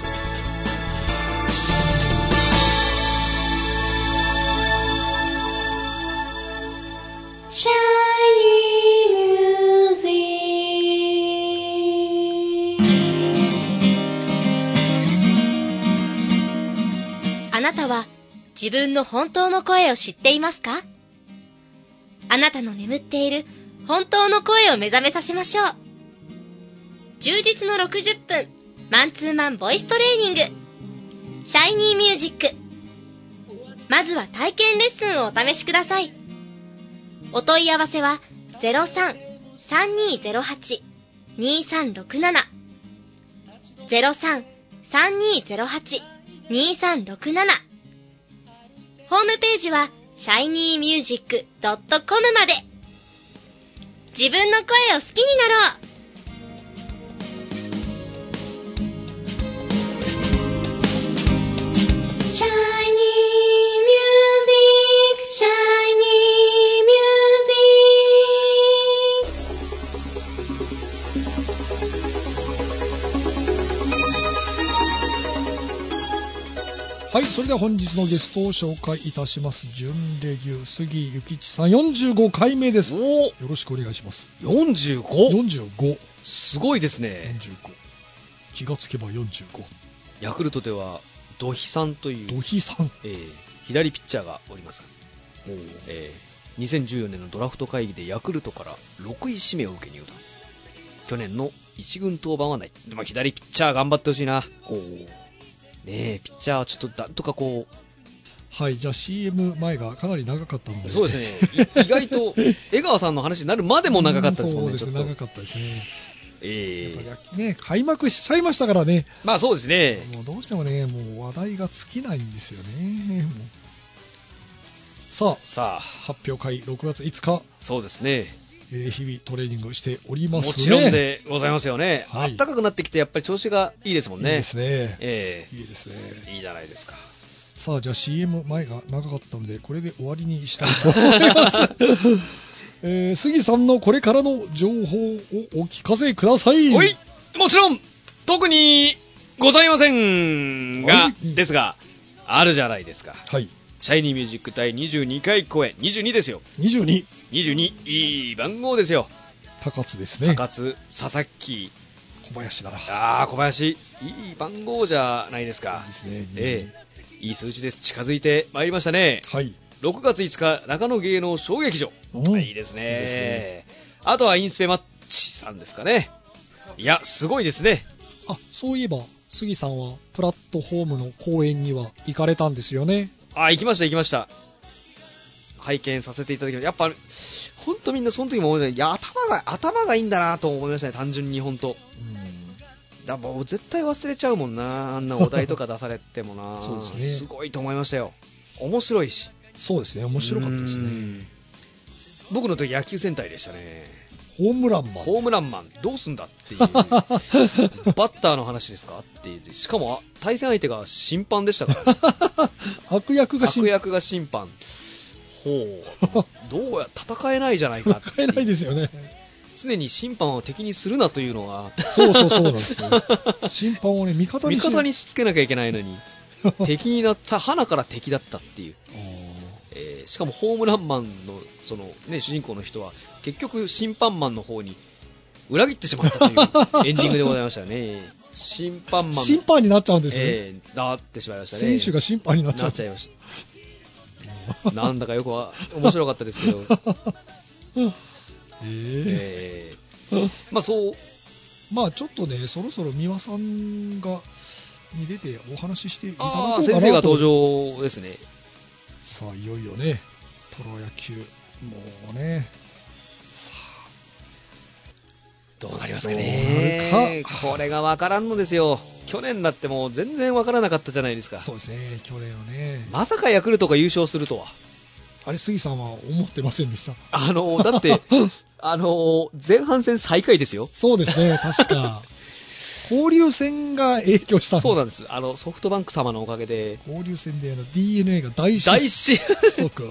シャイニーミュージック。あなたは自分の本当の声を知っていますか？あなたの眠っている本当の声を目覚めさせましょう。充実のろくじゅっぷんマンツーマンボイストレーニング、シャイニーミュージック。まずは体験レッスンをお試しください。お問い合わせは ゼロさん さんにーゼロはち にーさんろくなな ゼロさん さんにーゼロはち にーさんろくなな。ホームページは シャイニーミュージックドットコム まで。自分の声を好きになろう。 はい、それでは本日のゲストを紹介いたします。準レギュ杉ゆきちさんよんじゅうごかいめです。 およろしくお願いします。 よんじゅうご? よんじゅうご。 すごいですね。 よんじゅうご。気がつけばよんじゅうご。 ヤクルトでは土肥さんという土肥さん、 えー、左ピッチャーがおります。えー、にせんじゅうよねんのドラフト会議でヤクルトからろくい指名を受け入団。去年の一軍登板はない。でも左ピッチャー頑張ってほしいな。おねえ、ピッチャーはちょっとなんとかこう。 はい、じゃあ シーエム 前がかなり長かったので。 そうですね。意外と江川さんの話になるまでも長かったですもんね。 そうですね、 ちょっと長かったですね。 えー、やっぱね、開幕しちゃいましたからね。 まあそうですね。 もうどうしてもね、もう話題が尽きないんですよね。もうさあ、 さあ発表会ろくがついつか。 そうですね。 えー、日々トレーニングしておりますね。 もちろんでございますよね。 はい、 暖かくなってきてやっぱり調子がいいですもんね。 いいですね。 えー、いいですね。 いいじゃないですか。 さあ、じゃあ シーエム 前が長かったのでこれで終わりにしたいと思います。えー、杉さんのこれからの情報をお聞かせください。 はい、もちろん特にございませんが、はい、ですがあるじゃないですか。 はい。 シャイニーミュージック第にじゅうにかい公演、にじゅうにですよ。 にじゅうに。 にじゅうに、いい番号ですよ。 高津ですね。 高津、佐々木、 小林だな。 ああ、小林、いい番号じゃないですか。 いいですね。 ええ、いい数字です。近づいてまいりましたね。 はい。 ろくがついつか、中野芸能小劇場。 うん、 いいですね。 いいですね。 あとはインスペマッチさんですかね。いや、すごいですね。 あ、そういえば、杉さんはプラットフォームの公演には行かれたんですよね。 あ、行きました行きました。拝見させていただきました。やっぱ本当みんなその時も思いました。いや、頭が頭がいいんだなと思いましたね。単純に本当。うん。だもう絶対忘れちゃうもんな。あんなお題とか出されてもな。 そうですね。 すごいと思いましたよ。面白いし。 そうですね。面白かったですね。 僕の時野球戦隊でしたね。 ホームランマン。 ホームランマンどうすんだっていう。バッターの話ですかっていう。しかも対戦相手が審判でしたから。 悪役が審判。 悪役が審判。ほう。どうや戦えないじゃないかって。 戦えないですよね。 常に審判を敵にするなというのは。 そうそうそうなんですよ。審判をね味方にし味方にしつけなきゃいけないのに敵になった花から敵だったっていう。えー、しかもホームランマンのその、ね、主人公の人は結局審判マンの方に裏切ってしまったというエンディングでございましたよね。審判マン審判になっちゃうんですね。 えー、なってしまいましたね。 選手が審判になっちゃう。 なっちゃいました。なんだかよくは面白かったですけど。 えー、 えー、まあそうまあちょっとねそろそろ三輪さんがに出てお話ししていただこうかなと。 先生が登場ですね。 さあいよいよねプロ野球もうねさあどうなりますかね。かこれが分からんのですよ。去年だってもう全然分からなかったじゃないですか。 そうですね去年はねまさかヤクルトが優勝するとは。 あれ杉さんは思ってませんでした。 あのだってあの前半戦最下位ですよ。 そうですね確か交流戦が影響したんです。 そうなんです。あのソフトバンク様のおかげで交流戦であの ディーエヌエー が大失速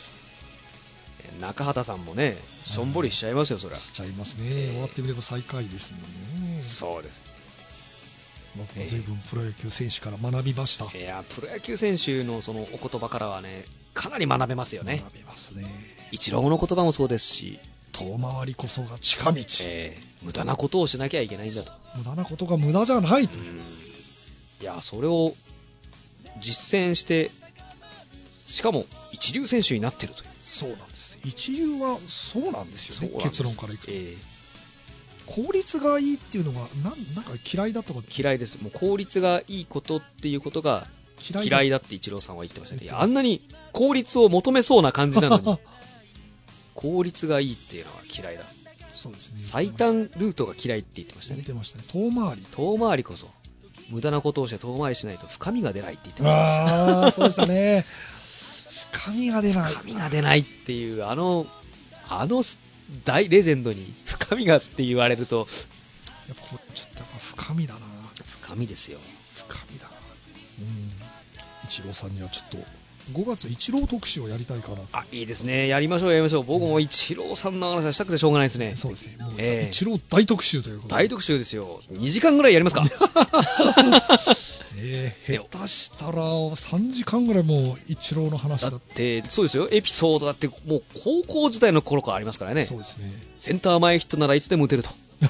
中畑さんもねしょんぼりしちゃいますよ。それはしちゃいますね。終わってみれば最下位ですもんね。 そうです。 僕も随分プロ野球選手から学びました。 いやプロ野球選手のそのお言葉からはねかなり学べますよね。 学べますね。 イチローの言葉もそうですし遠回りこそが近道、 えー、無駄なことをしなきゃいけないんだと。 無駄なことが無駄じゃないと。 うんいやそれを実践してしかも一流選手になってるという。 そうなんです。一流はそうなんですよね。結論からいくと、えー、効率がいいっていうのがな ん, なんか嫌いだとか。 嫌いです。もう効率がいいことっていうことが嫌い だ, 嫌いだってイチローさんは言ってましたね。いやあんなに効率を求めそうな感じなのに効率がいいっていうのは嫌いだ。 そうですね。 最短ルートが嫌いって言ってましたね。 言ってましたね。遠回り遠回りこそ無駄なことをして遠回りしないと深みが出ないって言ってました。 ああそうでしたね深みが出ない深みが出ないっていうあのあの大レジェンドに深みがって言われるとやっぱちょっとやっぱ深みだな。 深みですよ。 深みだな。うんイチローさんにはちょっとごがつイチロー特集をやりたいかな。 あいいですね。やりましょうやりましょう。僕もイチローさんの話はしたくてしょうがないですね。 そうですね。もうえー、 イチロー大特集ということで。 大特集ですよ。にじかんぐらいやりますかえ下手したらさんじかんぐらいもうイチローの話だだってそうですよ、エピソードだってもう高校時代の頃からありますからね。 そうですね。 センター前ヒットならいつでも打てると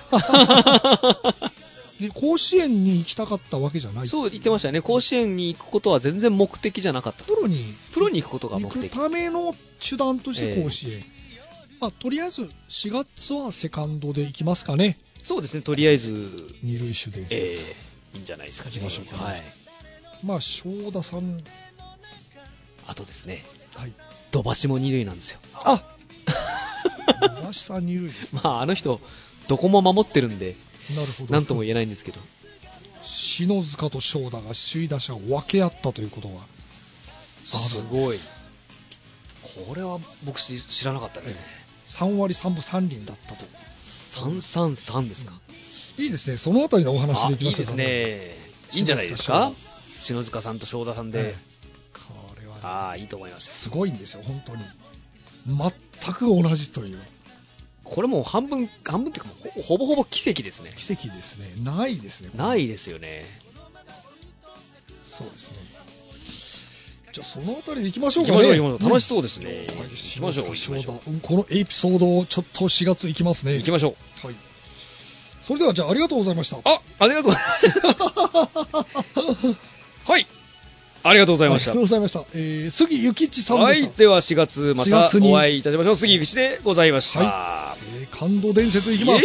で甲子園に行きたかったわけじゃない。 そう言ってましたよね。甲子園に行くことは全然目的じゃなかった。 プロにプロに行くことが目行的。 くための手段として甲子園、 えーまあ、とりあえずしがつはセカンドで行きますかね。 そうですね、とりあえず二塁手です、 えー、いいんじゃないですかね。 行きましょうかね。 はい、 まあ正田さん、 あとですね、 はい、 土橋も二塁なんですよ。 あ土橋さん二塁ですね。 まああの人どこも守ってるんでなるほど。 なんとも言えないんですけど、 篠塚と正田が首位打者を分け合ったということがすごい。これは僕知らなかったですね。 さんわりさんぶさんりんだったと。 さんさんさんですか、 うん、いいですね。そのあたりのお話でいきましょうか。 いいですね。いいんじゃないですか。篠塚さんと正田さんで、はい、 これは、ね、 ああいいと思います。 すごいんですよ本当に。全く同じという。 これもう半分半分っていうかもう ほ, ほぼほぼ奇跡ですね。 奇跡ですね。ないですね。 ないですよね。 そうですね。じゃあそのあたりでいきましょうかね。 行きましょう行きましょう。楽しそうですね。 うん、 行きましょう行きましょう。 このエピソードをちょっとしがついきますね。 行きましょう。はい。それではじゃあありがとうございました。 あ、ありがとうございます。はい。ありがとうございました。 ありがとうございました。えー、杉ゆきちさんでした。 はい。ではしがつまたお会いいたしましょう。杉ゆきちでございました。 はい。えー、感動伝説いきます。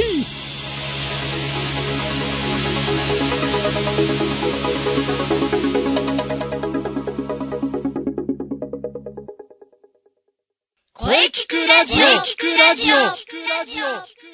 声聞くラジオ聞くラジオ聞くラジオ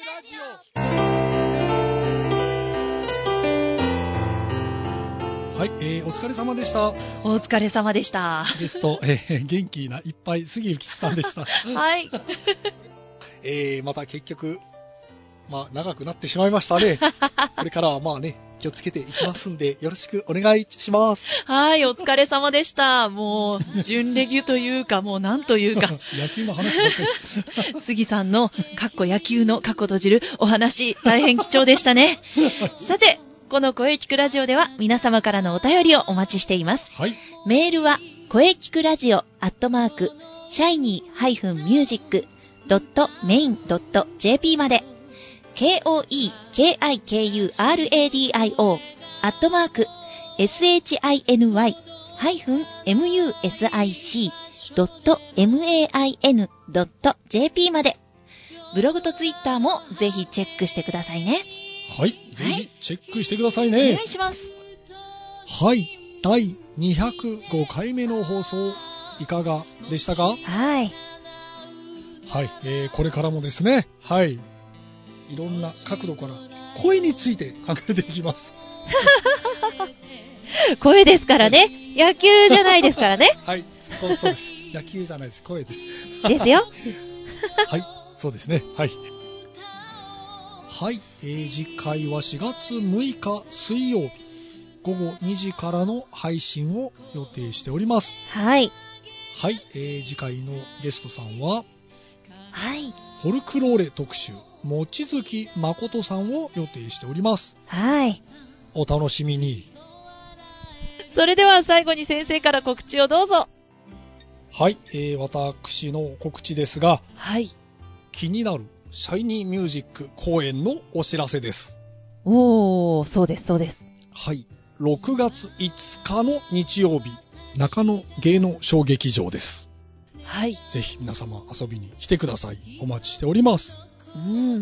はい、えー、お疲れ様でした。 お疲れ様でした。 ゲスト、えー、元気ないっぱい杉ゆきさんでした。 はい。 えー、また結局、まあ長くなってしまいましたね。これからはまあね、気をつけていきますんでよろしくお願いします。 はい、お疲れ様でした。もう準レギュというか、もうなんというか野球の話ばっかりです。 杉さんのかっこ野球のかっこ閉じるお話、大変貴重でしたね。さて、この声聞くラジオでは皆様からのお便りをお待ちしています。 はい、 メールは声聞くラジオアットマークシャイニー ミュージック ドット メイン ドット ジェーピー まで ケーオーイーケーアイケーユーアールエーディーアイオー アットマーク シャイニー ミュージック ドット メイン ドット ジェーピー まで。ブログとツイッターもぜひチェックしてくださいね。 はい、ぜひチェックしてくださいね。 お願いします。 はい、だいにひゃくごかいめの放送いかがでしたか？ はい。 はい、えー、これからもですね、はい、いろんな角度から声について考えていきます。 声ですからね。野球じゃないですからね。 はい、そうそうです。野球じゃないです。声です。 ですよ。 はい、そうですね。はい。はい、えー、次回はしがつむいか水曜日ごごにじからの配信を予定しております。 はい。 はい、えー、次回のゲストさんは、 はい。 フォルクローレ特集、望月誠さんを予定しております。 はい。 お楽しみに。 それでは最後に先生から告知をどうぞ。 はい、えー、私の告知ですが、 はい。 気になるシャイニーミュージック公演のお知らせです。 おー、そうですそうです。 はい、ろくがついつかの日曜日、中野芸能小劇場です。 はい。 ぜひ皆様遊びに来てください。お待ちしております。 うん、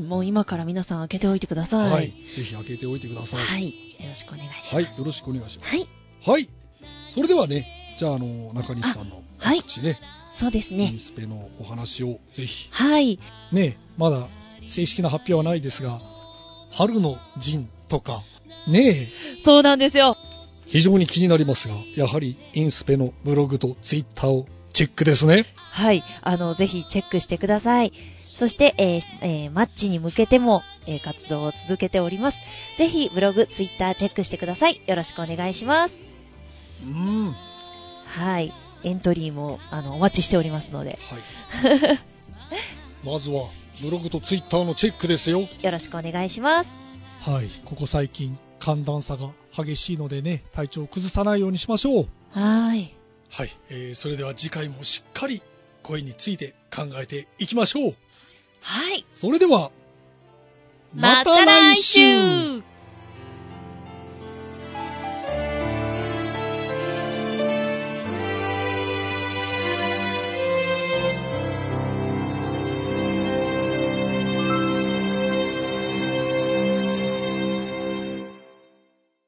もう今から皆さん開けておいてください。 はい、ぜひ開けておいてください。 はい、よろしくお願いします。 はい、よろしくお願いします。 はい。 はい、それではね、じゃあ、あの中西さんの告知ね、はい、 そうですね。 インスペのお話をぜひ。 はい。 ね、まだ正式な発表はないですが、春の陣とかねえ。 そうなんですよ。 非常に気になりますが、やはりインスペのブログとツイッターをチェックですね。 はい、あのぜひチェックしてください。そして、えーえー、マッチに向けても、えー、活動を続けております。ぜひブログ、ツイッターチェックしてください。よろしくお願いします。 うん。 はい、エントリーもあのお待ちしておりますので。 はい。まずはブログとツイッターのチェックですよ。 よろしくお願いします。 はい、ここ最近寒暖差が激しいのでね、体調を崩さないようにしましょう。 はい。 はい、えー、それでは次回もしっかり声について考えていきましょう。 はい。 それでは、 また来週。